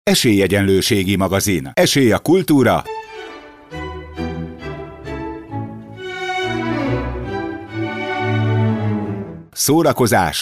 Esélyegyenlőségi magazin. Esély a kultúra. Szórakozás.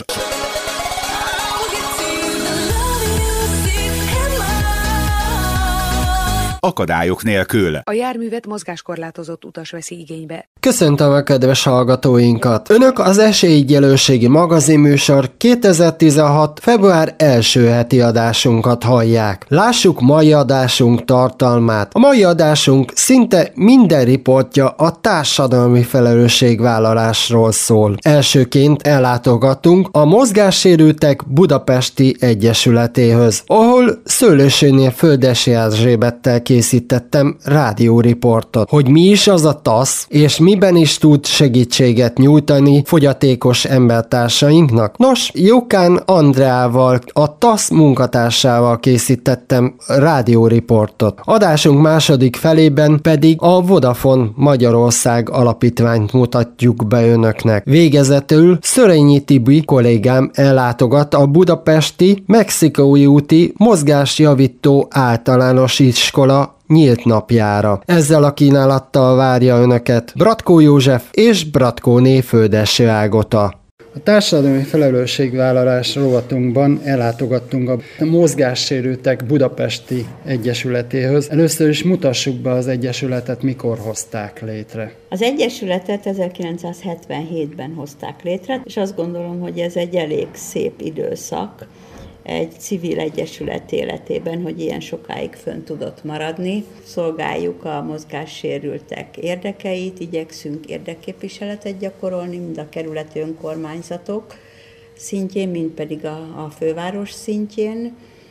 Akadályok nélkül. A járművet mozgáskorlátozott utas veszi igénybe. Köszöntöm a kedves hallgatóinkat! Önök az Esélyegyenlőségi magazinműsor 2016. február első heti adásunkat hallják. Lássuk mai adásunk tartalmát. A mai adásunk szinte minden riportja a társadalmi felelősségvállalásról szól. Elsőként ellátogatunk a Mozgássérültek Budapesti Egyesületéhöz, ahol Szőlősénél Földessy Erzsébettel készítettem rádióriportot. Hogy mi is az a TASZ, és miben is tud segítséget nyújtani fogyatékos embertársainknak? Nos, Jokán Andreával, a TASZ munkatársával készítettem rádióriportot. Adásunk második felében pedig a Vodafone Magyarország alapítványt mutatjuk be önöknek. Végezetül Szörényi Tibi kollégám ellátogat a budapesti Mexikói úti mozgásjavító általános iskola nyílt napjára. Ezzel a kínálattal várja önöket Bratkó József és Bratkóné Földessy Ágota. A társadalmi felelősségvállalás rovatunkban ellátogattunk a Mozgássérültek Budapesti Egyesületéhöz. Először is mutassuk be az Egyesületet, mikor hozták létre. Az Egyesületet 1977-ben hozták létre, és azt gondolom, hogy ez egy elég szép időszak egy civil egyesület életében, hogy ilyen sokáig fönn tudott maradni. Szolgáljuk a mozgássérültek érdekeit, igyekszünk érdekképviseletet gyakorolni, mind a kerületi önkormányzatok szintjén, mind pedig a főváros szintjén.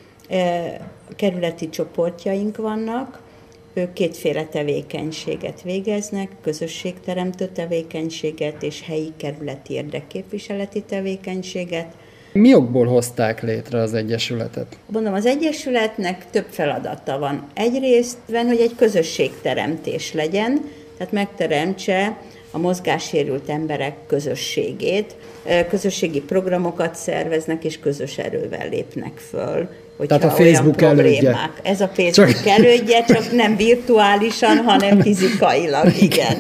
Kerületi csoportjaink vannak, ők kétféle tevékenységet végeznek, közösségteremtő tevékenységet és helyi kerületi érdekképviseleti tevékenységet. Mi okból hozták létre az Egyesületet? Mondom, az Egyesületnek több feladata van. Egyrészt, hogy egy közösségteremtés legyen, tehát megteremtse a mozgássérült emberek közösségét, közösségi programokat szerveznek, és közös erővel lépnek föl. Tehát a Facebook elődje. Ez a Facebook elődje, csak nem virtuálisan, hanem fizikailag, igen.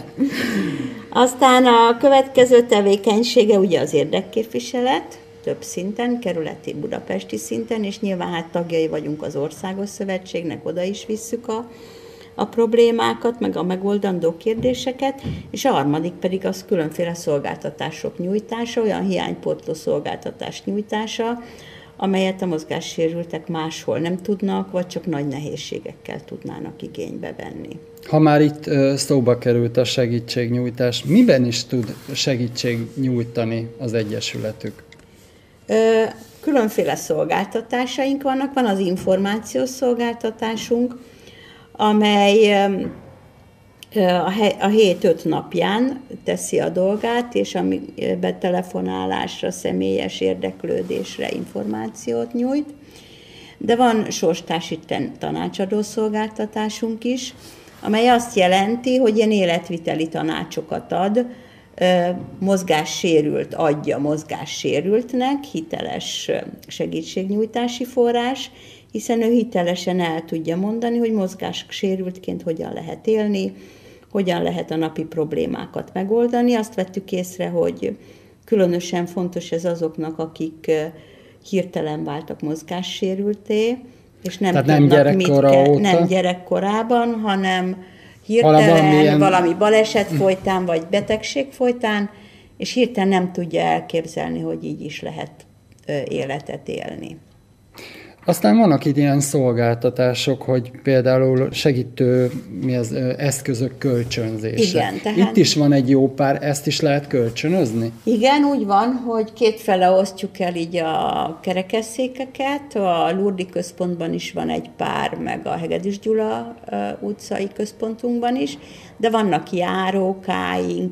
Aztán a következő tevékenysége ugye az érdekképviselet, több szinten, kerületi, budapesti szinten, és nyilván hát tagjai vagyunk az Országos Szövetségnek, oda is visszük a problémákat, meg a megoldandó kérdéseket, és a harmadik pedig az különféle szolgáltatások nyújtása, olyan hiánypótló szolgáltatás nyújtása, amelyet a mozgássérültek máshol nem tudnak, vagy csak nagy nehézségekkel tudnának igénybe venni. Ha már itt szóba került a segítségnyújtás, miben is tud segítségnyújtani az Egyesületük? Különféle szolgáltatásaink vannak, van az információs szolgáltatásunk, amely a hét 5 napján teszi a dolgát, és a betelefonálásra, személyes érdeklődésre információt nyújt. De van sorstársi tanácsadó szolgáltatásunk is, amely azt jelenti, hogy ilyen életviteli tanácsokat ad, mozgássérült adja mozgássérültnek, hiteles segítségnyújtási forrás, hiszen ő hitelesen el tudja mondani, hogy mozgássérültként hogyan lehet élni, hogyan lehet a napi problémákat megoldani. Azt vettük észre, hogy különösen fontos ez azoknak, akik hirtelen váltak mozgássérülté, és nem tudnak nem gyerekkorában, hanem hirtelen valami baleset folytán, vagy betegség folytán, és hirtelen nem tudja elképzelni, hogy így is lehet életet élni. Aztán vannak itt ilyen szolgáltatások, hogy például segítő eszközök kölcsönzése. Igen, tehát... Itt is van egy jó pár, ezt is lehet kölcsönözni? Igen, úgy van, hogy kétfele osztjuk el így a kerekesszékeket. A Lurdi központban is van egy pár, meg a Hegedűs Gyula utcai központunkban is, de vannak járókáink,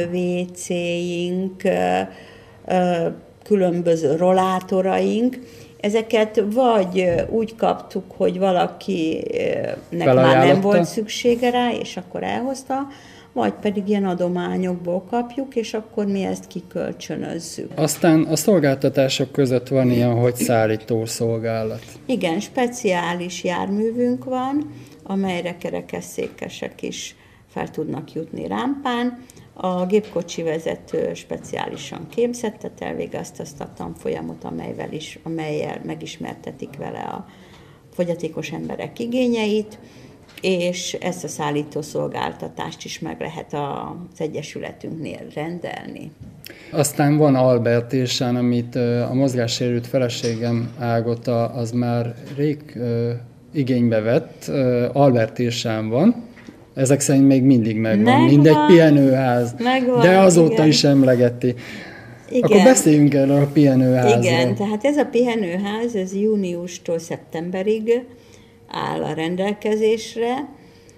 ülővécéink, különböző rollátoraink, Ezeket vagy úgy kaptuk, hogy valakinek már nem volt szüksége rá, és akkor elhozta, vagy pedig ilyen adományokból kapjuk, és akkor mi ezt kikölcsönözzük. Aztán a szolgáltatások között van ilyen, hogy szállítószolgálat. Igen, speciális járművünk van, amelyre kerekesszékesek is fel tudnak jutni rámpán. A gépkocsi vezető speciálisan képzett, tehát elvégezte azt a tanfolyamot, amellyel megismertetik vele a fogyatékos emberek igényeit, és ezt a szállítószolgáltatást is meg lehet az egyesületünknél rendelni. Aztán van Albert Irsán, amit a mozgássérült feleségem Ágota, az már rég igénybe vett. Albert Irsán van. Ezek szerint még mindig megvan, mindegy pihenőház, de azóta igen. is emlegeti. Igen. Akkor beszéljünk erről a pihenőházról. Igen, tehát ez a pihenőház, ez júniustól szeptemberig áll a rendelkezésre,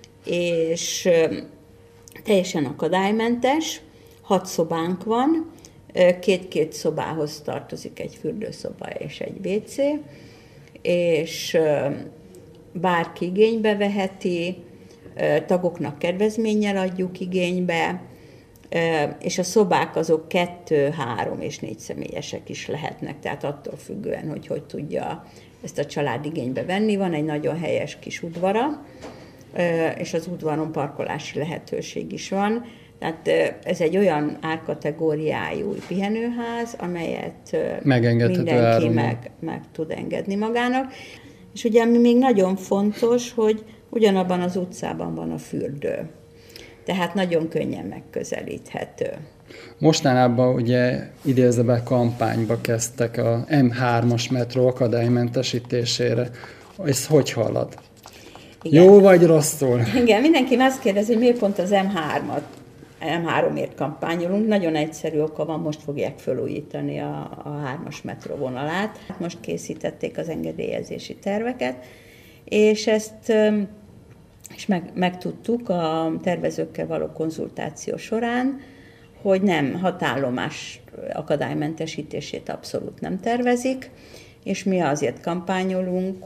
és teljesen akadálymentes, 6 szobánk van, 2 szobához tartozik egy fürdőszoba és egy WC, és bárki igénybe veheti, tagoknak kedvezménnyel adjuk igénybe, és a szobák azok 2, 3 és 4 személyesek is lehetnek, tehát attól függően, hogy tudja ezt a család igénybe venni. Van egy nagyon helyes kis udvara, és az udvaron parkolási lehetőség is van. Tehát ez egy olyan árkategóriájú pihenőház, amelyet mindenki meg tud engedni magának. És ugye ami még nagyon fontos, hogy ugyanabban az utcában van a fürdő. Tehát nagyon könnyen megközelíthető. Mostanában ugye idézőben kampányba kezdtek a M3-as metró akadálymentesítésére. Ez hogy halad? Igen. Jó vagy rosszul? Igen, mindenki azt kérdezi, hogy miért pont az M3-ért kampányolunk. Nagyon egyszerű oka van, most fogják felújítani a 3-as metróvonalát. Most készítették az engedélyezési terveket, és ezt és megtudtuk a tervezőkkel való konzultáció során, hogy nem, hatállomás akadálymentesítését abszolút nem tervezik, és mi azért kampányolunk,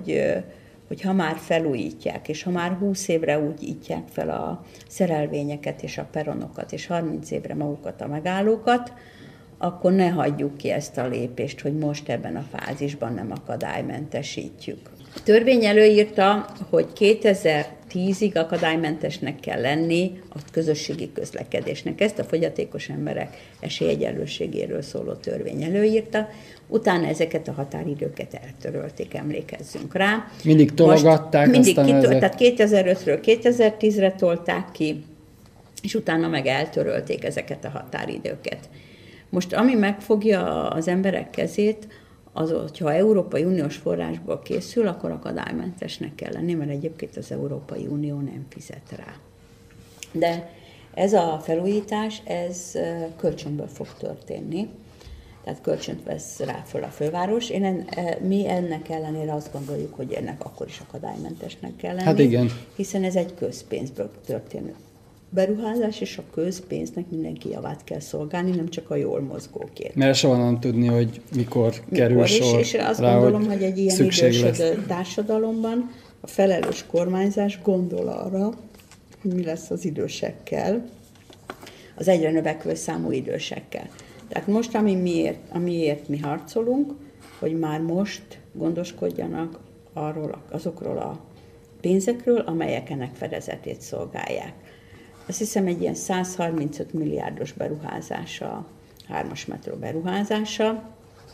hogy ha már felújítják, és ha már 20 évre úgy ítják fel a szerelvényeket és a peronokat, és 30 évre magukat a megállókat, akkor ne hagyjuk ki ezt a lépést, hogy most ebben a fázisban nem akadálymentesítjük. A törvény előírta, hogy 2010-ig akadálymentesnek kell lenni a közösségi közlekedésnek. Ezt a fogyatékos emberek esélyegyenlőségéről szóló törvény előírta. Utána ezeket a határidőket eltörölték, emlékezzünk rá. Mindig tologatták. Tehát 2005-ről 2010-re tolták ki, és utána meg eltörölték ezeket a határidőket. Most ami megfogja az emberek kezét, az, hogyha Európai Uniós forrásból készül, akkor akadálymentesnek kell lenni, mert egyébként az Európai Unió nem fizet rá. De ez a felújítás, ez kölcsönből fog történni, tehát kölcsönt vesz rá föl a főváros. Mi ennek ellenére azt gondoljuk, hogy ennek akkor is akadálymentesnek kell lenni, hát igen. Hiszen ez egy közpénzből történő beruházás, és a közpénznek mindenki javát kell szolgálni, nem csak a jól mozgókért. Mert soha nem tudni, hogy mikor kerül sor és azt rá, gondolom, hogy egy ilyen idősödő társadalomban a felelős kormányzás gondol arra, hogy mi lesz az idősekkel, az egyre növekvő számú idősekkel. Tehát most, amiért mi harcolunk, hogy már most gondoskodjanak azokról a pénzekről, amelyek ennek fedezetét szolgálják. Azt hiszem, egy ilyen 135 milliárdos beruházása, 3-as metró beruházása,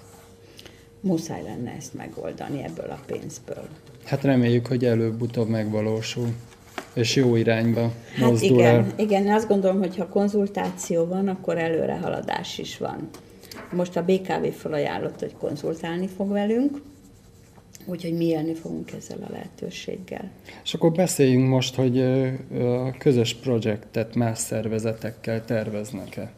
muszáj lenne ezt megoldani ebből a pénzből. Hát reméljük, hogy előbb-utóbb megvalósul, és jó irányba mozdul el. Igen, azt gondolom, hogy ha konzultáció van, akkor előrehaladás is van. Most a BKV felajánlott, hogy konzultálni fog velünk, úgyhogy mi élni fogunk ezzel a lehetőséggel. És akkor beszéljünk most, hogy a közös projektet más szervezetekkel terveznek-e?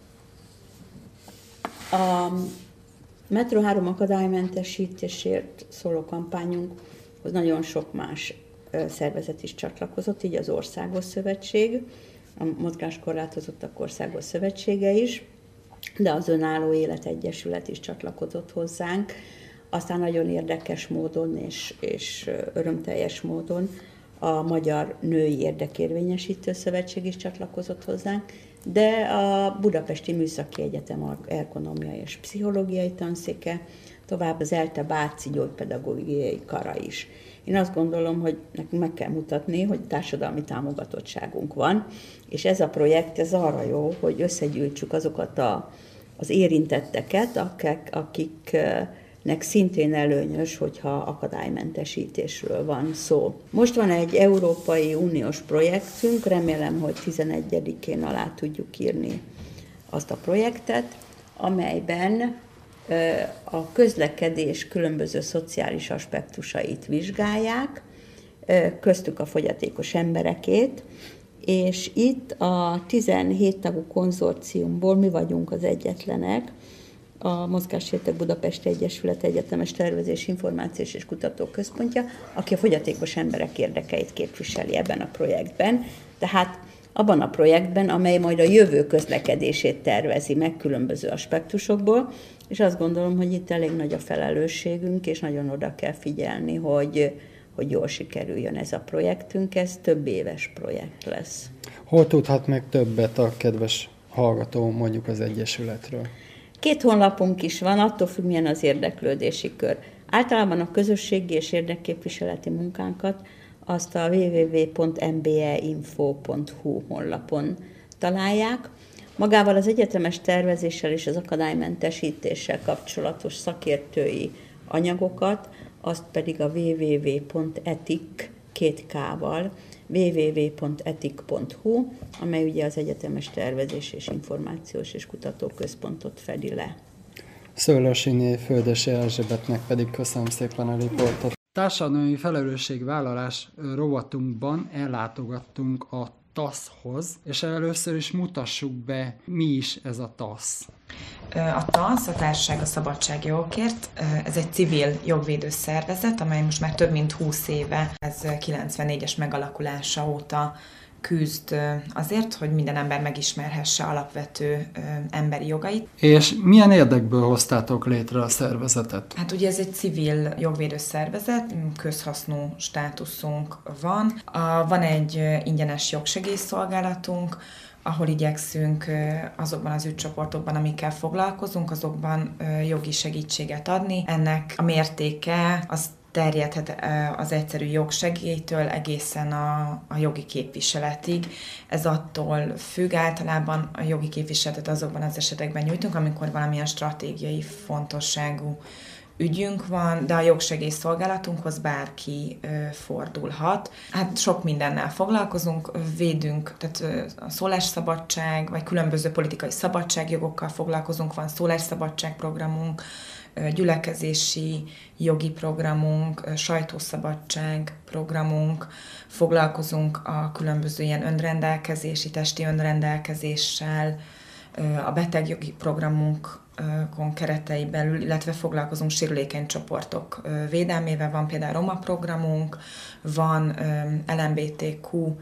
A Metro 3 akadálymentesítésért szóló kampányunkhoz nagyon sok más szervezet is csatlakozott, így az Országos Szövetség, a Mozgáskorlátozottak Országos Szövetsége is, de az Önálló Élet Egyesület is csatlakozott hozzánk, Aztán nagyon érdekes módon és örömteljes módon a Magyar Női Érdekérvényesítő Szövetség is csatlakozott hozzánk, de a Budapesti Műszaki Egyetem ergonómia és pszichológiai tanszéke, tovább az ELTE Bárci gyógypedagógiai kara is. Én azt gondolom, hogy nekünk meg kell mutatni, hogy társadalmi támogatottságunk van, és ez a projekt ez arra jó, hogy összegyűjtsük azokat az érintetteket, akiknek szintén előnyös, hogyha akadálymentesítésről van szó. Most van egy Európai Uniós projektünk, remélem, hogy 11-én alá tudjuk írni azt a projektet, amelyben a közlekedés különböző szociális aspektusait vizsgálják, köztük a fogyatékos emberekét, és itt a 17 tagú konzorciumból mi vagyunk az egyetlenek, a Mozgássérültek Budapesti Egyesület Egyetemes Tervezés, Információs és Kutatóközpontja, aki a fogyatékos emberek érdekeit képviseli ebben a projektben. Tehát abban a projektben, amely majd a jövő közlekedését tervezi meg különböző aspektusokból, és azt gondolom, hogy itt elég nagy a felelősségünk, és nagyon oda kell figyelni, hogy jól sikerüljön ez a projektünk, ez több éves projekt lesz. Hol tudhat meg többet a kedves hallgató mondjuk az Egyesületről? 2 honlapunk is van, attól függ, milyen az érdeklődési kör. Általában a közösségi és érdekképviseleti munkánkat azt a www.mbeinfo.hu honlapon találják. Magával az egyetemes tervezéssel és az akadálymentesítéssel kapcsolatos szakértői anyagokat, azt pedig a www.etik.hu, amely ugye az Egyetemes Tervezés és Információs és Kutatóközpontot fedi le. Szőlősiné Földesi Erzsébetnek pedig köszönöm szépen a riportot. Társadalmi felelősségvállalás rovatunkban ellátogattunk a TASZ-hoz, és először is mutassuk be, mi is ez a TASZ. A TASZ, a Társaság a Szabadságjogokért, ez egy civil jogvédő szervezet, amely most már több mint 20 éve, ez 94-es megalakulása óta küzd azért, hogy minden ember megismerhesse alapvető emberi jogait. És milyen érdekből hoztátok létre a szervezetet? Hát ugye ez egy civil jogvédő szervezet, közhasznú státuszunk van. Van egy ingyenes jogsegélyszolgálatunk, ahol igyekszünk azokban az ügycsoportokban, amikkel foglalkozunk, azokban jogi segítséget adni. Ennek a mértéke az terjedhet az egyszerű jogsegélytől egészen a jogi képviseletig. Ez attól függ, általában a jogi képviseletet azokban az esetekben nyújtunk, amikor valamilyen stratégiai fontosságú ügyünk van, de a jogsegélyszolgálatunkhoz bárki fordulhat. Hát sok mindennel foglalkozunk, védünk, tehát a szólásszabadság, vagy különböző politikai szabadságjogokkal foglalkozunk, van szólásszabadságprogramunk, gyülekezési jogi programunk, sajtószabadság programunk, foglalkozunk a különböző ilyen önrendelkezési, testi önrendelkezéssel, a betegjogi programunkon keretei belül, illetve foglalkozunk sérülékeny csoportok védelmével, van például roma programunk, van LMBTQ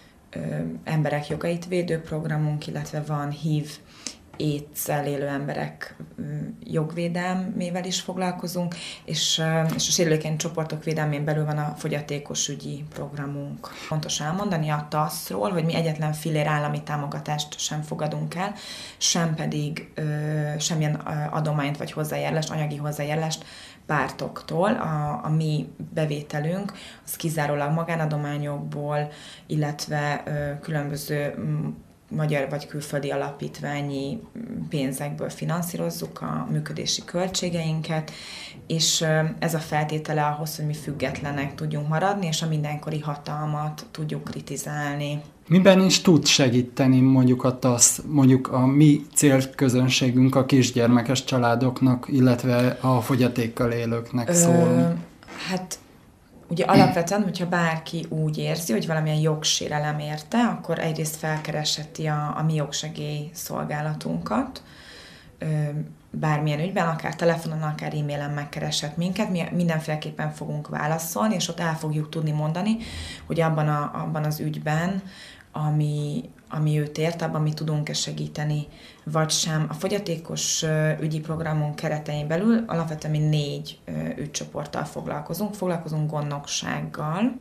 emberek jogait védő programunk, illetve van HIV AIDS-szel élő emberek jogvédelmével is foglalkozunk, és a sérülékeny csoportok védelmén belül van a fogyatékosügyi programunk. Fontos elmondani a TASZ-ról, hogy mi egyetlen fillér állami támogatást sem fogadunk el, sem pedig semmilyen adományt vagy hozzájárulást, anyagi hozzájárulást pártoktól. A mi bevételünk az kizárólag magánadományokból, illetve különböző magyar vagy külföldi alapítványi pénzekből finanszírozzuk a működési költségeinket, és ez a feltétele ahhoz, hogy mi függetlenek tudjunk maradni, és a mindenkori hatalmat tudjuk kritizálni. Miben is tud segíteni mondjuk a TASZ, mondjuk a mi célközönségünk a kisgyermekes családoknak, illetve a fogyatékkal élőknek szól? Hát ugye alapvetően, hogyha bárki úgy érzi, hogy valamilyen jogsérelem érte, akkor egyrészt felkeresheti a mi jogsegély szolgálatunkat, bármilyen ügyben, akár telefonon, akár e-mailen megkereshet minket, mi mindenféleképpen fogunk válaszolni, és ott el fogjuk tudni mondani, hogy abban az ügyben ami őt ért, abban mi tudunk-e segíteni, vagy sem. A fogyatékos ügyi programunk keretein belül alapvetően mi 4 ügycsoporttal foglalkozunk gondnoksággal.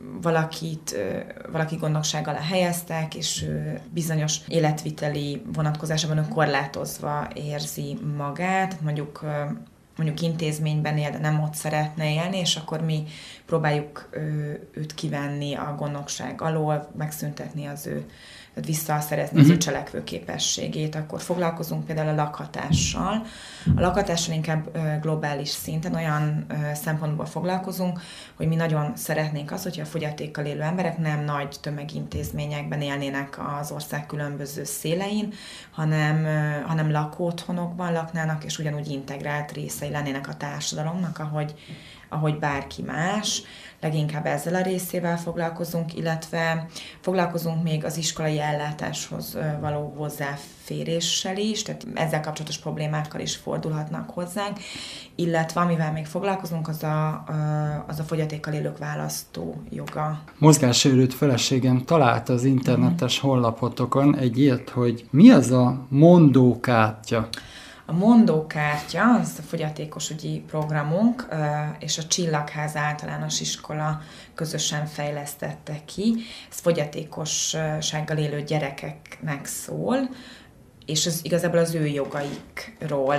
Valaki gondnoksággal helyeztek, és bizonyos életviteli vonatkozásában korlátozva érzi magát, mondjuk intézményben él, de nem ott szeretne élni, és akkor mi próbáljuk őt kivenni a gondnokság alól, megszüntetni tehát visszaszerezni az ő cselekvőképességét. Akkor foglalkozunk például a lakhatással. A lakhatással inkább globális szinten olyan szempontból foglalkozunk, hogy mi nagyon szeretnénk azt, hogyha a fogyatékkal élő emberek nem nagy tömegintézményekben élnének az ország különböző szélein, hanem lakóotthonokban laknának, és ugyanúgy integrált részei lennének a társadalomnak, ahogy bárki más. Leginkább ezzel a részével foglalkozunk, illetve foglalkozunk még az iskolai ellátáshoz való hozzáféréssel is, tehát ezzel kapcsolatos problémákkal is fordulhatnak hozzánk, illetve amivel még foglalkozunk, az a fogyatékkal élők választójoga. Mozgássérült feleségem talált az internetes honlapotokon egy ilyet, hogy mi az a mondókártya? A mondókártya, az a fogyatékosügyi programunk, és a Csillagház általános iskola közösen fejlesztette ki. Ez fogyatékossággal élő gyerekeknek szól, és ez igazából az ő jogaikról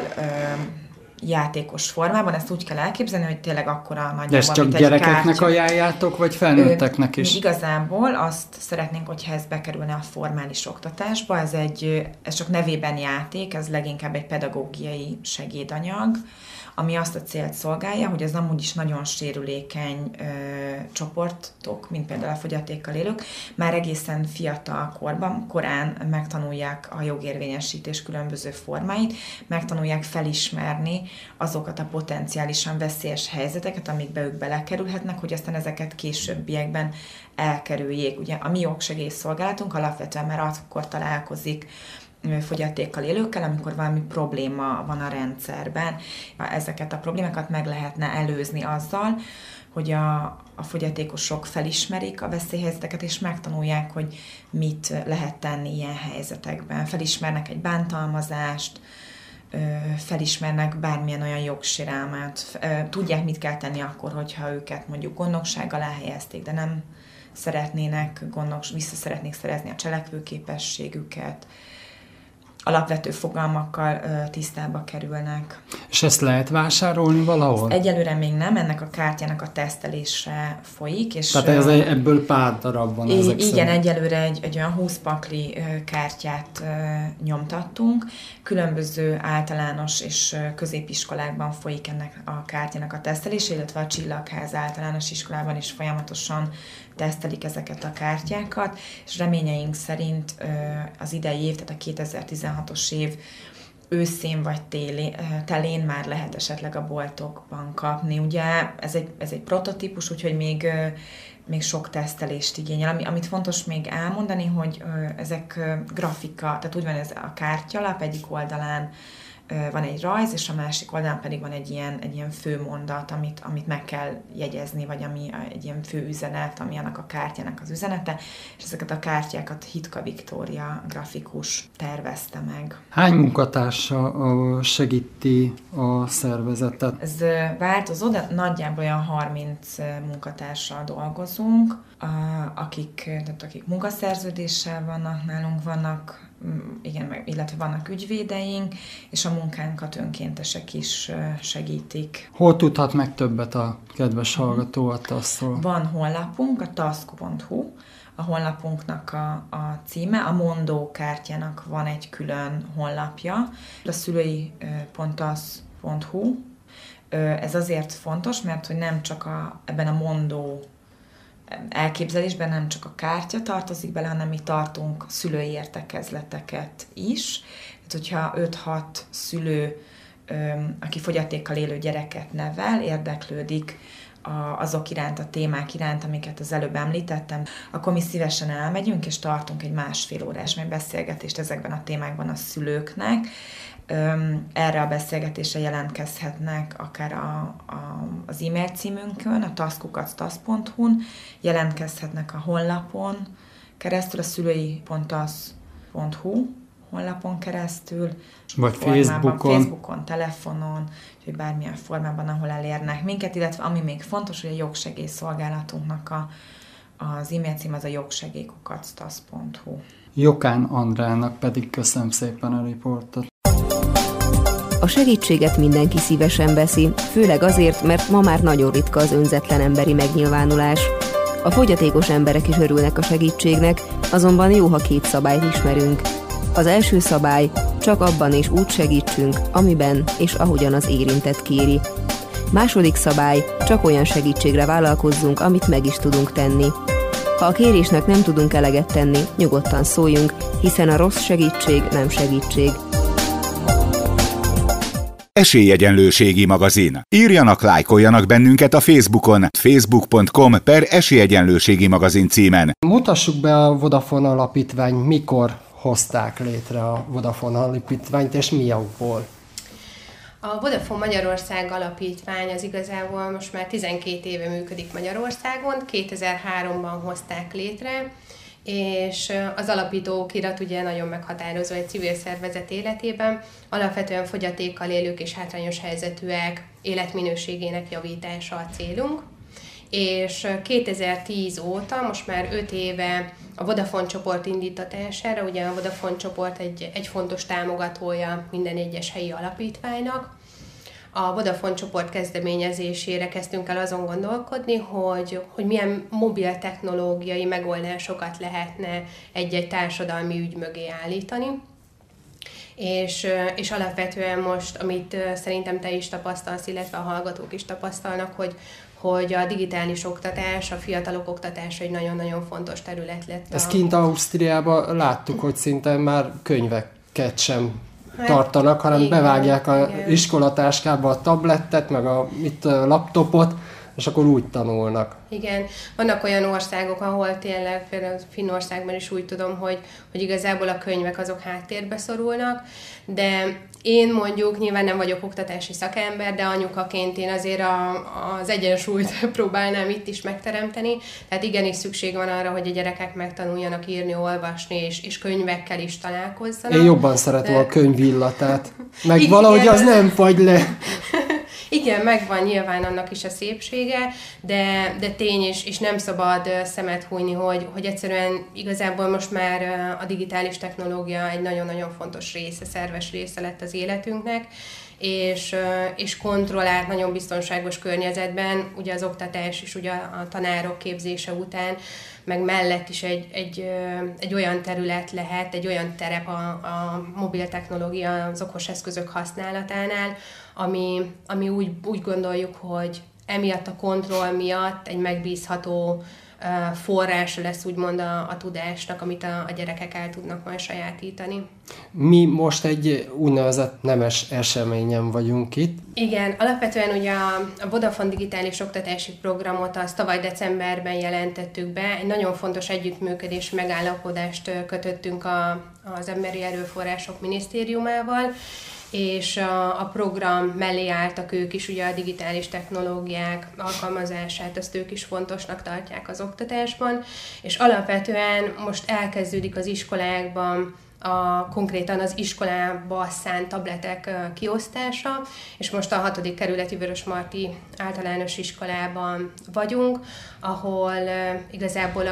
játékos formában. Ezt úgy kell elképzelni, hogy tényleg akkora nagyjából, de ezt csak gyerekeknek ajánljátok, vagy felnőtteknek is? Mi igazából azt szeretnénk, hogyha ez bekerülne a formális oktatásba. Ez csak nevében játék, ez leginkább egy pedagógiai segédanyag, ami azt a célt szolgálja, hogy az amúgy is nagyon sérülékeny csoportok, mint például a fogyatékkal élők, már egészen fiatal korán megtanulják a jogérvényesítés különböző formáit, megtanulják felismerni azokat a potenciálisan veszélyes helyzeteket, amikbe ők belekerülhetnek, hogy aztán ezeket későbbiekben elkerüljék. Ugye a mi jogsegélyszolgálatunk alapvetően már akkor találkozik fogyatékkal élőkkel, amikor valami probléma van a rendszerben. Ezeket a problémákat meg lehetne előzni azzal, hogy a fogyatékosok felismerik a veszélyhelyzeteket, és megtanulják, hogy mit lehet tenni ilyen helyzetekben. Felismernek egy bántalmazást, felismernek bármilyen olyan jogsérelmet, tudják, mit kell tenni akkor, hogyha őket mondjuk gondnokság alá helyezték, de nem szeretnének vissza szeretnék szerezni a cselekvőképességüket, alapvető fogalmakkal tisztába kerülnek. És ezt lehet vásárolni valahol? Egyelőre még nem, ennek a kártyának a tesztelése folyik. És tehát ebből pár darab van ezek igen, szerint. egyelőre egy olyan 20 pakli kártyát nyomtattunk. Különböző általános és középiskolákban folyik ennek a kártyának a tesztelése, illetve a Csillagház általános iskolában is folyamatosan tesztelik ezeket a kártyákat, és reményeink szerint az idei év, tehát a 2016-os év őszén vagy telén már lehet esetleg a boltokban kapni. Ugye ez egy prototípus, úgyhogy még sok tesztelést igényel. Amit fontos még elmondani, hogy ezek grafika, tehát úgy van ez a kártyalap, egyik oldalán van egy rajz, és a másik oldalán pedig van egy ilyen főmondat, amit meg kell jegyezni, vagy ami egy ilyen fő üzenet, ami annak a kártyának az üzenete, és ezeket a kártyákat Hitka Viktória grafikus tervezte meg. Hány munkatársa segíti a szervezetet? Ez változó, de nagyjából olyan 30 munkatársal dolgozunk, akik munkaszerződéssel vannak nálunk, illetve vannak ügyvédeink, és a munkánkat önkéntesek is segítik. Hol tudhat meg többet a kedves hallgató a TASZ-ról? Van honlapunk, a tasku.hu, a honlapunknak a címe, a Mondó kártyának van egy külön honlapja, a szülői.tasz.hu. Ez azért fontos, mert hogy nem csak ebben a mondó elképzelésben nem csak a kártya tartozik bele, hanem mi tartunk szülői értekezleteket is. Tehát, hogyha 5-6 szülő, aki fogyatékkal élő gyereket nevel, érdeklődik azok iránt, a témák iránt, amiket az előbb említettem, akkor mi szívesen elmegyünk, és tartunk egy 1,5 órás beszélgetést ezekben a témákban a szülőknek. Erre a beszélgetésre jelentkezhetnek akár az e-mail címünkön, a tasz@tasz.hu-n, jelentkezhetnek a honlapon, keresztül, a szülői.az.hu honlapon keresztül, vagy Facebookon, telefonon, hogy bármilyen formában, ahol elérnek minket, illetve ami még fontos, hogy a jogsegélyszolgálatunknak az e-mail cím az a jogsegély@stasz.hu. Jokán Andrának pedig köszönöm szépen a riportot. A segítséget mindenki szívesen veszi, főleg azért, mert ma már nagyon ritka az önzetlen emberi megnyilvánulás. A fogyatékos emberek is örülnek a segítségnek, azonban jó, ha 2 szabályt ismerünk. Az első szabály, csak abban és úgy segítsünk, amiben és ahogyan az érintett kéri. Második szabály, csak olyan segítségre vállalkozzunk, amit meg is tudunk tenni. Ha a kérésnek nem tudunk eleget tenni, nyugodtan szóljunk, hiszen a rossz segítség nem segítség. Esélyegyenlőségi magazin. Írjanak, lájkoljanak bennünket a Facebookon, facebook.com/esélyegyenlőségi magazin címen. Mutassuk be a Vodafone Alapítvány, mikor hozták létre a Vodafone Alapítványt, és mi okból? A Vodafone Magyarország Alapítvány az igazából most már 12 éve működik Magyarországon, 2003-ban hozták létre, és az alapító okirat ugye nagyon meghatározó egy civil szervezet életében, alapvetően fogyatékkal élők és hátrányos helyzetűek életminőségének javítása a célunk, és 2010 óta, most már 5 éve a Vodafone csoport indítatására, ugye a Vodafone csoport egy fontos támogatója minden egyes helyi alapítványnak. A Vodafone csoport kezdeményezésére kezdtünk el azon gondolkodni, hogy milyen mobil technológiai megoldásokat lehetne egy-egy társadalmi ügy mögé állítani. És alapvetően most, amit szerintem te is tapasztalsz, illetve a hallgatók is tapasztalnak, hogy a digitális oktatás, a fiatalok oktatása egy nagyon-nagyon fontos terület lett. Ezt kint Ausztriában láttuk, hogy szinte már könyveket sem tartanak, hanem igen, bevágják az iskolatáskába a tablettet, meg a laptopot, és akkor úgy tanulnak. Igen, vannak olyan országok, ahol tényleg, például Finnországban is úgy tudom, hogy igazából a könyvek azok háttérbe szorulnak, de én mondjuk nyilván nem vagyok oktatási szakember, de anyukaként én azért az egyensúlyt próbálnám itt is megteremteni, tehát igenis szükség van arra, hogy a gyerekek megtanuljanak írni, olvasni, és könyvekkel is találkozzanak. Én jobban szeretem a könyv illatát, meg igen, valahogy az nem fagy le. Igen, megvan nyilván annak is a szépsége, de tény és nem szabad szemet hújni, hogy egyszerűen igazából most már a digitális technológia egy nagyon-nagyon fontos része, szerves része lett az életünknek, és kontrollált, nagyon biztonságos környezetben, ugye az oktatás is ugye a tanárok képzése után, meg mellett is egy olyan terület lehet, egy olyan terep a mobil technológia, az okos eszközök használatánál, ami úgy gondoljuk, hogy emiatt a kontroll miatt egy megbízható forrása lesz úgymond a tudásnak, amit a gyerekek el tudnak majd sajátítani. Mi most egy úgynevezett nemes eseményen vagyunk itt. Igen, alapvetően ugye a Vodafone digitális oktatási programot azt tavaly decemberben jelentettük be. Egy nagyon fontos együttműködés megállapodást kötöttünk az Emberi Erőforrások Minisztériumával, és a program mellé álltak ők is, ugye a digitális technológiák alkalmazását, azt ők is fontosnak tartják az oktatásban, és alapvetően most elkezdődik az iskolákban konkrétan az iskolába szánt tabletek kiosztása, és most a 6. kerületi Vörösmarty általános iskolában vagyunk, ahol igazából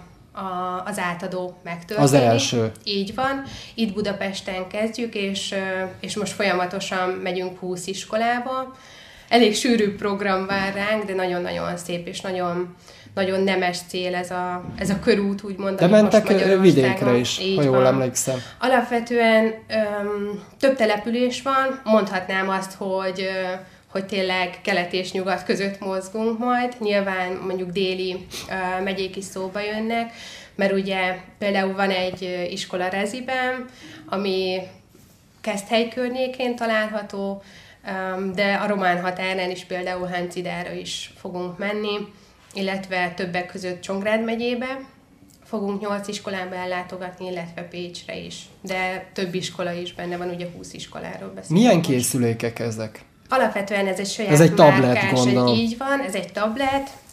az átadó megtörténik. Az első. Így van. Itt Budapesten kezdjük, és most folyamatosan megyünk 20 iskolába. Elég sűrű program vár ránk, de nagyon-nagyon szép és nagyon nemes cél ez a körút, úgymond. De mentek vidékre is, ha jól emlékszem. Alapvetően több település van, mondhatnám azt, hogy tényleg kelet és nyugat között mozgunk majd. Nyilván mondjuk déli megyék is szóba jönnek, mert ugye például van egy iskola Reziben, ami Keszthely környékén található, de a román határán is például Háncidára is fogunk menni, illetve többek között Csongrád megyébe fogunk 8 iskolába ellátogatni, illetve Pécsre is. De több iskola is benne van, ugye 20 iskoláról beszélünk. Milyen készülékek ezek? Alapvetően ez egy saját ez egy tablet, márkás, gondolom. Így van, ez egy tablet,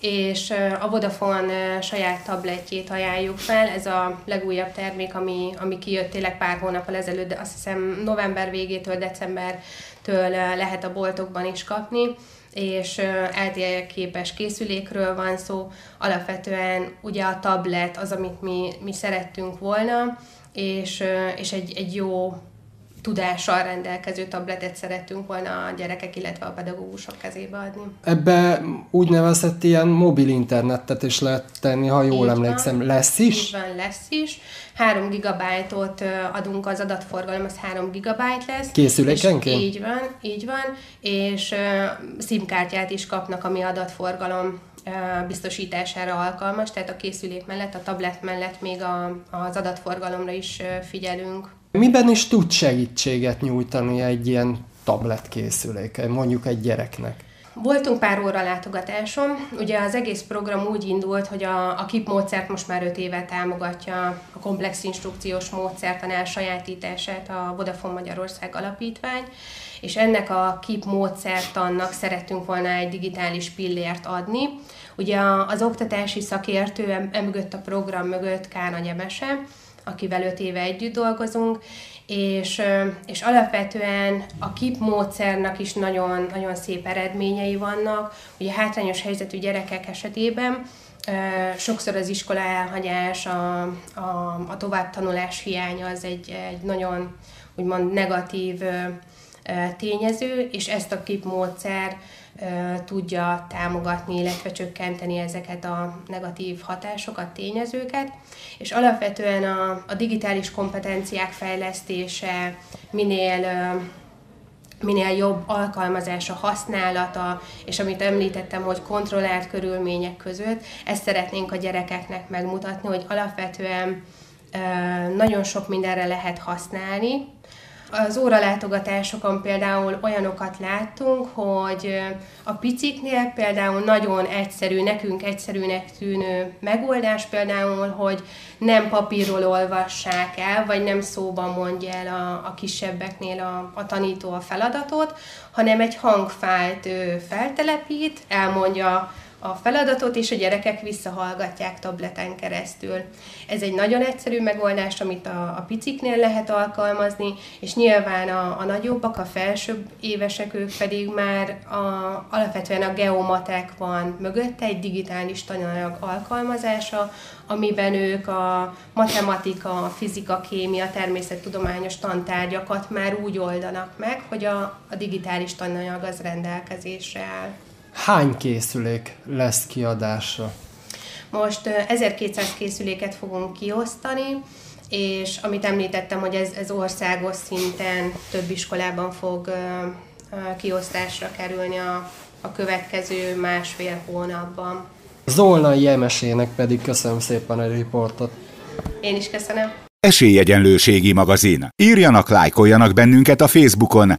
és a Vodafone saját tabletjét ajánljuk fel. Ez a legújabb termék, ami kijött tényleg pár hónappal ezelőtt, de azt hiszem november végétől, decembertől lehet a boltokban is kapni, és LTE-képes készülékről van szó. Alapvetően ugye a tablet az, amit mi szerettünk volna, és egy jó tudással rendelkező tabletet szerettünk volna a gyerekek, illetve a pedagógusok kezébe adni. Ebbe úgynevezett ilyen mobil internetet is lehet tenni, ha jól emlékszem. Lesz is? Így van, lesz is. 3 GB-ot adunk, az adatforgalom, az 3 GB lesz. Készülékenként? Így van, és SIM-kártyát is kapnak, ami adatforgalom biztosítására alkalmas, tehát a készülék mellett, a tablet mellett még az adatforgalomra is figyelünk. Miben is tud segítséget nyújtani egy ilyen tabletkészülék, mondjuk egy gyereknek? Voltunk pár óra látogatáson. Ugye az egész program úgy indult, hogy a KIP módszert most már 5 éve támogatja, a komplex instrukciós módszertan elsajátítását a Vodafone Magyarország Alapítvány, és ennek a KIP módszertannak szerettünk volna egy digitális pillért adni. Ugye az oktatási szakértő mögött, a program mögött Kárnagy Emese, akivel 5 éve együtt dolgozunk, és alapvetően a KIP módszernak is nagyon, nagyon szép eredményei vannak. Ugye hátrányos helyzetű gyerekek esetében sokszor az iskola elhagyás, a továbbtanulás hiánya az egy nagyon úgymond negatív tényező, és ezt a KIP módszer tudja támogatni, illetve csökkenteni ezeket a negatív hatásokat, tényezőket, és alapvetően a digitális kompetenciák fejlesztése, minél jobb alkalmazása, használata, és amit említettem, hogy kontrollált körülmények között, ezt szeretnénk a gyerekeknek megmutatni, hogy alapvetően nagyon sok mindenre lehet használni. Az óralátogatásokon például olyanokat láttunk, hogy a piciknél például nagyon egyszerű, nekünk egyszerűnek tűnő megoldás például, hogy nem papírról olvassák el, vagy nem szóban mondja el a kisebbeknél a tanító a feladatot, hanem egy hangfájlt feltelepít, elmondja a feladatot, és a gyerekek visszahallgatják tableten keresztül. Ez egy nagyon egyszerű megoldás, amit a piciknél lehet alkalmazni, és nyilván a nagyobbak, a felsőbb évesek, ők pedig már alapvetően a geomatek van mögötte, egy digitális tananyag alkalmazása, amiben ők a matematika, a fizika, kémia, természettudományos tantárgyakat már úgy oldanak meg, hogy a digitális tananyag az rendelkezésre áll. Hány készülék lesz kiadásra? Most 1200 készüléket fogunk kiosztani, és amit említettem, hogy ez országos szinten több iskolában fog kiosztásra kerülni a következő 1,5 hónapban. Zolnai Emesének pedig köszönöm szépen a riportot. Én is köszönöm. Esélyegyenlőségi magazin. Írjanak, lájkoljanak bennünket a Facebookon,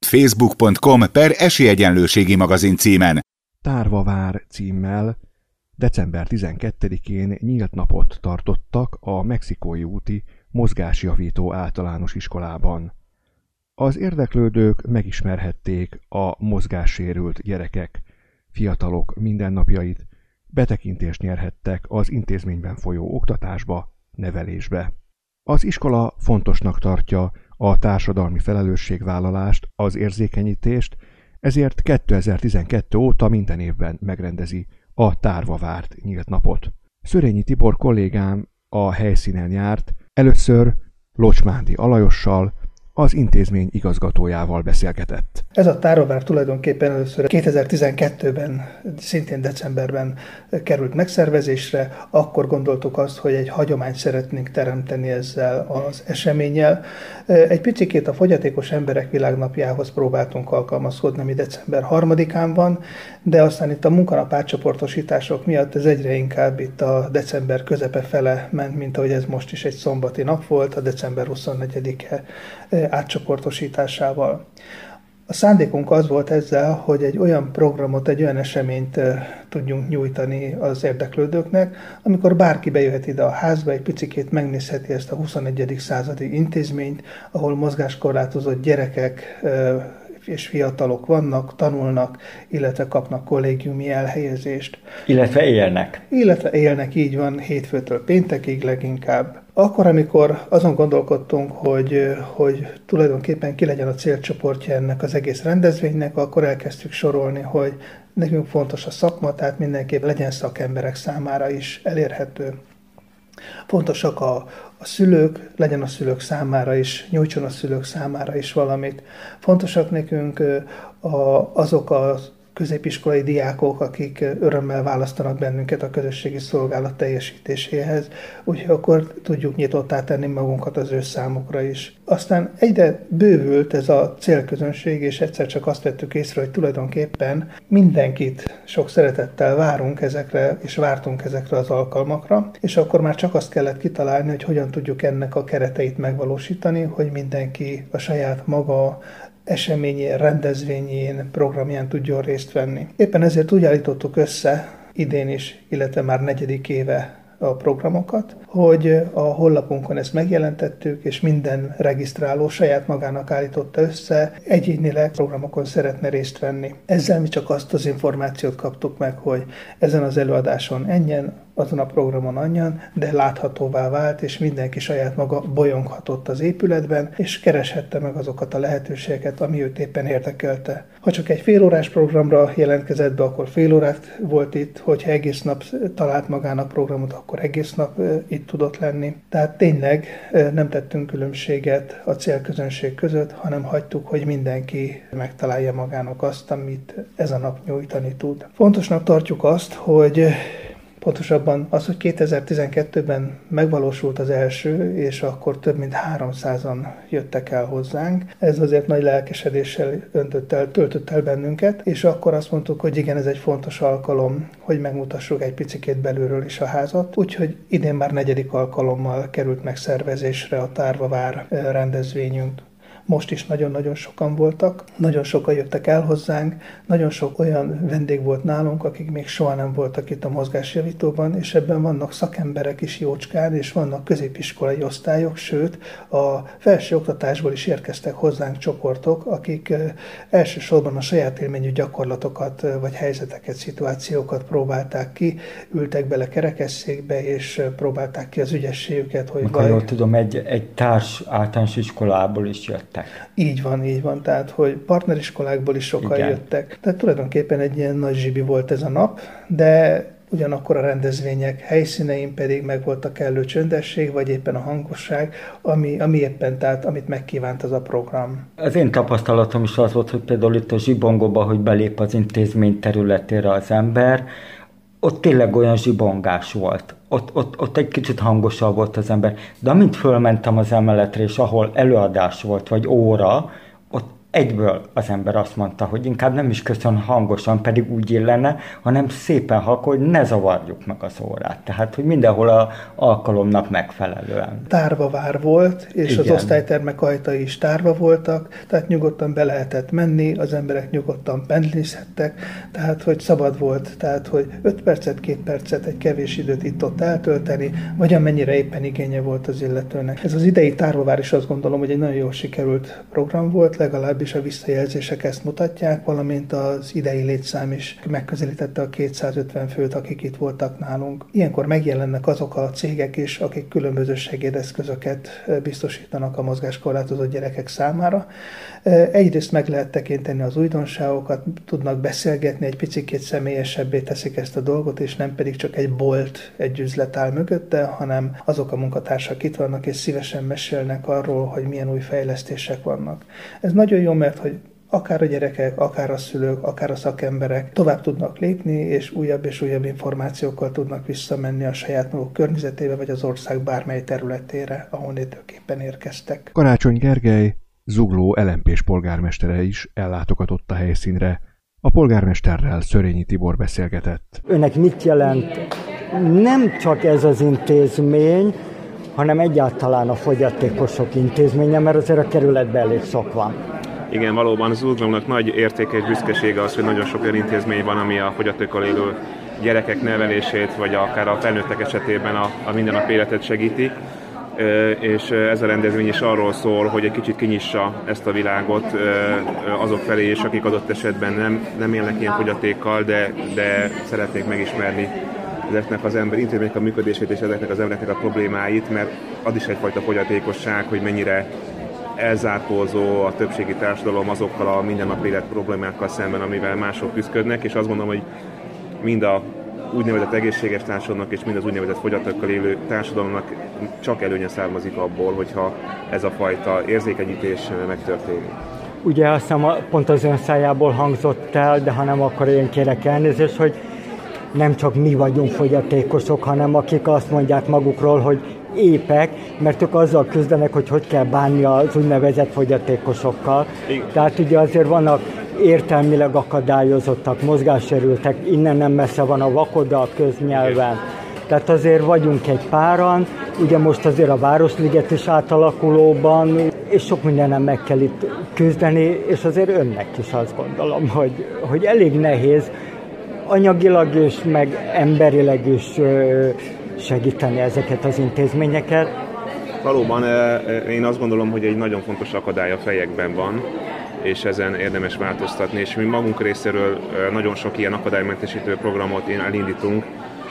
facebook.com/esélyegyenlőségi magazin címen. Tárva vár címmel december 12-én nyílt napot tartottak a Mexikói úti mozgásjavító általános iskolában. Az érdeklődők megismerhették a mozgássérült gyerekek, fiatalok mindennapjait, betekintést nyerhettek az intézményben folyó oktatásba, nevelésbe. Az iskola fontosnak tartja a társadalmi felelősségvállalást, az érzékenyítést, ezért 2012 óta minden évben megrendezi a tárva várt nyílt napot. Szörényi Tibor kollégám a helyszínen járt, először Locsmándi Alajossal, az intézmény igazgatójával beszélgetett. Ez a tárvavár tulajdonképpen először 2012-ben, szintén decemberben került megszervezésre. Akkor gondoltuk azt, hogy egy hagyományt szeretnénk teremteni ezzel az eseménnyel. Egy picikét a Fogyatékos Emberek Világnapjához próbáltunk alkalmazkodni, ami december 3-án van, de aztán itt a munkanap átcsoportosítások miatt ez egyre inkább itt a december közepe fele ment, mint ahogy ez most is egy szombati nap volt, a december 24-e átcsoportosításával. A szándékunk az volt ezzel, hogy egy olyan programot, egy olyan eseményt tudjunk nyújtani az érdeklődőknek, amikor bárki bejöhet ide a házba, egy picikét megnézheti ezt a 21. századi intézményt, ahol mozgáskorlátozott gyerekek, és fiatalok vannak, tanulnak, illetve kapnak kollégiumi elhelyezést. Illetve élnek, így van, hétfőtől péntekig leginkább. Akkor, amikor azon gondolkodtunk, hogy tulajdonképpen ki legyen a célcsoportja ennek az egész rendezvénynek, akkor elkezdtük sorolni, hogy nekünk fontos a szakma, tehát mindenképp legyen szakemberek számára is elérhető. Fontosak a szülők, legyen a szülők számára is, nyújtson a szülők számára is valamit. Fontosak nekünk azok a középiskolai diákok, akik örömmel választanak bennünket a közösségi szolgálat teljesítéséhez, úgyhogy akkor tudjuk nyitottá tenni magunkat az ő számukra is. Aztán egyre bővült ez a célközönség, és egyszer csak azt vettük észre, hogy tulajdonképpen mindenkit sok szeretettel várunk ezekre, és vártunk ezekre az alkalmakra, és akkor már csak azt kellett kitalálni, hogy hogyan tudjuk ennek a kereteit megvalósítani, hogy mindenki a saját maga eseményén, rendezvényén, programján tudjon részt venni. Éppen ezért úgy állítottuk össze idén is, illetve már 4. éve a programokat, hogy a honlapunkon ezt megjelentettük, és minden regisztráló saját magának állította össze, egyénileg programokon szeretne részt venni. Ezzel mi csak azt az információt kaptuk meg, hogy ezen az előadáson ennyien, azon a programon annyian, de láthatóvá vált, és mindenki saját maga bolyonghatott az épületben, és kereshette meg azokat a lehetőségeket, ami őt éppen érdekelte. Ha csak egy félórás programra jelentkezett be, akkor fél órát volt itt, hogyha egész nap talált magának programot, akkor egész nap itt tudott lenni. Tehát tényleg nem tettünk különbséget a célközönség között, hanem hagytuk, hogy mindenki megtalálja magának azt, amit ez a nap nyújtani tud. Fontosnak tartjuk azt, hogy pontosabban az, hogy 2012-ben megvalósult az első, és akkor több mint 300-an jöttek el hozzánk. Ez azért nagy lelkesedéssel töltött el bennünket, és akkor azt mondtuk, hogy igen, ez egy fontos alkalom, hogy megmutassuk egy picikét belülről is a házat. Úgyhogy idén már 4. alkalommal került megszervezésre a Tárva vár rendezvényünk. Most is nagyon-nagyon sokan voltak, nagyon sokan jöttek el hozzánk, nagyon sok olyan vendég volt nálunk, akik még soha nem voltak itt a mozgásjavítóban, és ebben vannak szakemberek is jócskán, és vannak középiskolai osztályok, sőt, a felső oktatásból is érkeztek hozzánk csoportok, akik elsősorban a saját élményű gyakorlatokat, vagy helyzeteket, szituációkat próbálták ki, ültek bele kerekesszékbe, és próbálták ki az ügyességüket, hogy jól tudom, egy társ általános iskolából is jött. Így van, tehát, hogy partneriskolákból is sokan jöttek. Tehát tulajdonképpen egy ilyen nagy zsibi volt ez a nap, de ugyanakkor a rendezvények helyszínein pedig meg volt a kellő csöndesség, vagy éppen a hangosság, ami éppen, tehát amit megkívánt az a program. Az én tapasztalatom is az volt, hogy például itt a Zsibongóban, hogy belép az intézmény területére az ember, ott tényleg olyan zsibongás volt. Ott egy kicsit hangosabb volt az ember. De amint fölmentem az emeletre, és ahol előadás volt, vagy óra, ott egyből az ember azt mondta, hogy inkább nem is köszön hangosan, pedig úgy illene, hanem szépen halkol, hogy ne zavarjuk meg az órát. Tehát, hogy mindenhol az alkalomnak megfelelően. Tárva vár volt, és igen, az osztálytermek ajtai is tárva voltak, tehát nyugodtan be lehetett menni, az emberek nyugodtan pendlizhettek, tehát, hogy szabad volt, tehát, hogy 5 percet, 2 percet, egy kevés időt itt-ott eltölteni, vagy amennyire éppen igénye volt az illetőnek. Ez az idei Tárva vár is azt gondolom, hogy egy nagyon jól sikerült program volt, legalábbis a visszajelzések ezt mutatják, valamint az idei létszám is megközelítette a 250 főt, akik itt voltak nálunk. Ilyenkor megjelennek azok a cégek is, akik különböző segédeszközöket biztosítanak a mozgáskorlátozott gyerekek számára. Egyrészt meg lehet tekinteni az újdonságokat, tudnak beszélgetni, egy picikét személyesebbé teszik ezt a dolgot, és nem pedig csak egy bolt, egy üzlet áll mögötte, hanem azok a munkatársak itt vannak, és szívesen mesélnek arról, hogy milyen új fejlesztések vannak. Ez nagyon jó, mert hogy akár a gyerekek, akár a szülők, akár a szakemberek tovább tudnak lépni, és újabb információkkal tudnak visszamenni a saját maguk környezetébe, vagy az ország bármely területére, ahol éppen érkeztek. Karácsony Gergely, Zugló LMP-s polgármestere is ellátogatott a helyszínre. A polgármesterrel Szörényi Tibor beszélgetett. Önnek mit jelent nem csak ez az intézmény, hanem egyáltalán a fogyatékosok intézménye, mert azért a kerületben elég sok van. Igen, valóban Zuglónak nagy értéke és büszkesége az, hogy nagyon sok olyan intézmény van, ami a fogyatékkal élő gyerekek nevelését, vagy akár a felnőttek esetében a mindennapi életet segíti. és ez a rendezvény is arról szól, hogy egy kicsit kinyissa ezt a világot azok felé is, akik adott esetben nem élnek ilyen fogyatékkal, de szeretnék megismerni ezeknek az intézmények a működését és ezeknek az embereknek a problémáit, mert az is egyfajta fogyatékosság, hogy mennyire elzárkózó a többségi társadalom azokkal a mindennapi élet problémákkal szemben, amivel mások küzdködnek, és azt gondolom, hogy mind a úgynevezett egészséges társadalomnak és mind az úgynevezett fogyatékkal élő társadalomnak csak előnye származik abból, hogyha ez a fajta érzékenyítés megtörténik. Ugye azt hiszem pont az ön szájából hangzott el, de ha nem, akkor én kérek elnézést, hogy nem csak mi vagyunk fogyatékosok, hanem akik azt mondják magukról, hogy épek, mert ők azzal küzdenek, hogy kell bánni az úgynevezett fogyatékosokkal. Igen. Tehát ugye azért vannak értelmileg akadályozottak, mozgássérültek, innen nem messze van a vakoda a köznyelven. Tehát azért vagyunk egy páran, ugye most azért a Városliget is átalakulóban, és sok mindenem meg kell itt küzdeni, és azért önnek is azt gondolom, hogy elég nehéz anyagilag is, meg emberileg is segíteni ezeket az intézményeket. Valóban én azt gondolom, hogy egy nagyon fontos akadály a fejekben van, és ezen érdemes változtatni, és mi magunk részéről nagyon sok ilyen akadálymentesítő programot elindítunk.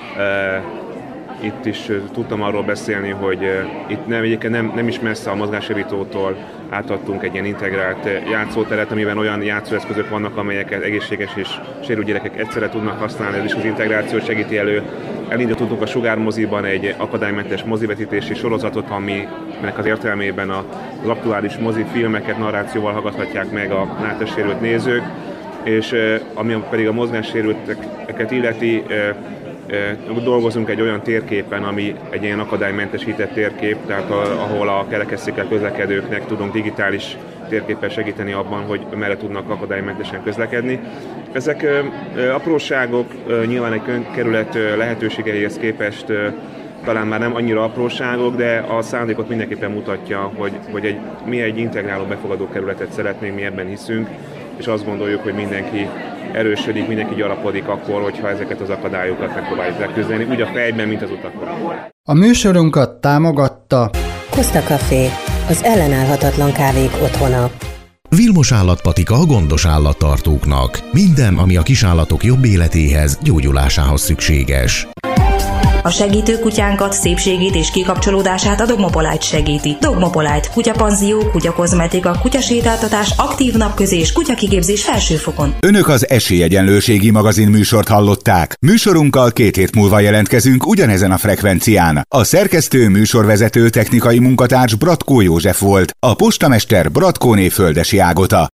Itt is tudtam arról beszélni, hogy itt nem is messze a mozgásjavítótól átadtunk egy ilyen integrált játszóteret, amiben olyan játszóeszközök vannak, amelyeket egészséges és sérült gyerekek egyszerre tudnak használni, ez is az integrációt segíti elő. Elindítottunk a Sugármoziban egy akadálymentes mozivetítési sorozatot, aminek az értelmében az aktuális mozifilmeket narrációval hallgathatják meg a látássérült nézők, és ami pedig a mozgássérülteket illeti, dolgozunk egy olyan térképen, ami egy ilyen akadálymentesített térkép, tehát ahol a kerekesszékkel közlekedőknek tudunk digitális térképpel segíteni abban, hogy merre tudnak akadálymentesen közlekedni. Ezek apróságok, nyilván egy kerület lehetőségeihez képest talán már nem annyira apróságok, de a szándékot mindenképpen mutatja, hogy mi egy integráló befogadó kerületet szeretnénk, mi ebben hiszünk, és azt gondoljuk, hogy mindenki erősödik, mindenki gyarapodik akkor, hogyha ezeket az akadályokat megpróbáljuk leküzdeni, úgy a fejben, mint az utakon. A műsorunkat támogatta Costa Café, az ellenállhatatlan kávék otthona. Vilmos állatpatika a gondos állattartóknak. Minden, ami a kisállatok jobb életéhez, gyógyulásához szükséges. A segítő kutyánkat, szépségét és kikapcsolódását a Dogmopolite segíti. Dogmopolite, kutyapanzió, kutyakozmetika, kutyasétáltatás, aktív napközés, kutyakigépzés felsőfokon. Önök az Esélyegyenlőségi magazin műsort hallották. Műsorunkkal 2 hét múlva jelentkezünk ugyanezen a frekvencián. A szerkesztő, műsorvezető, technikai munkatárs Bratkó József volt, a postamester Bratkóné Földesi Ágota.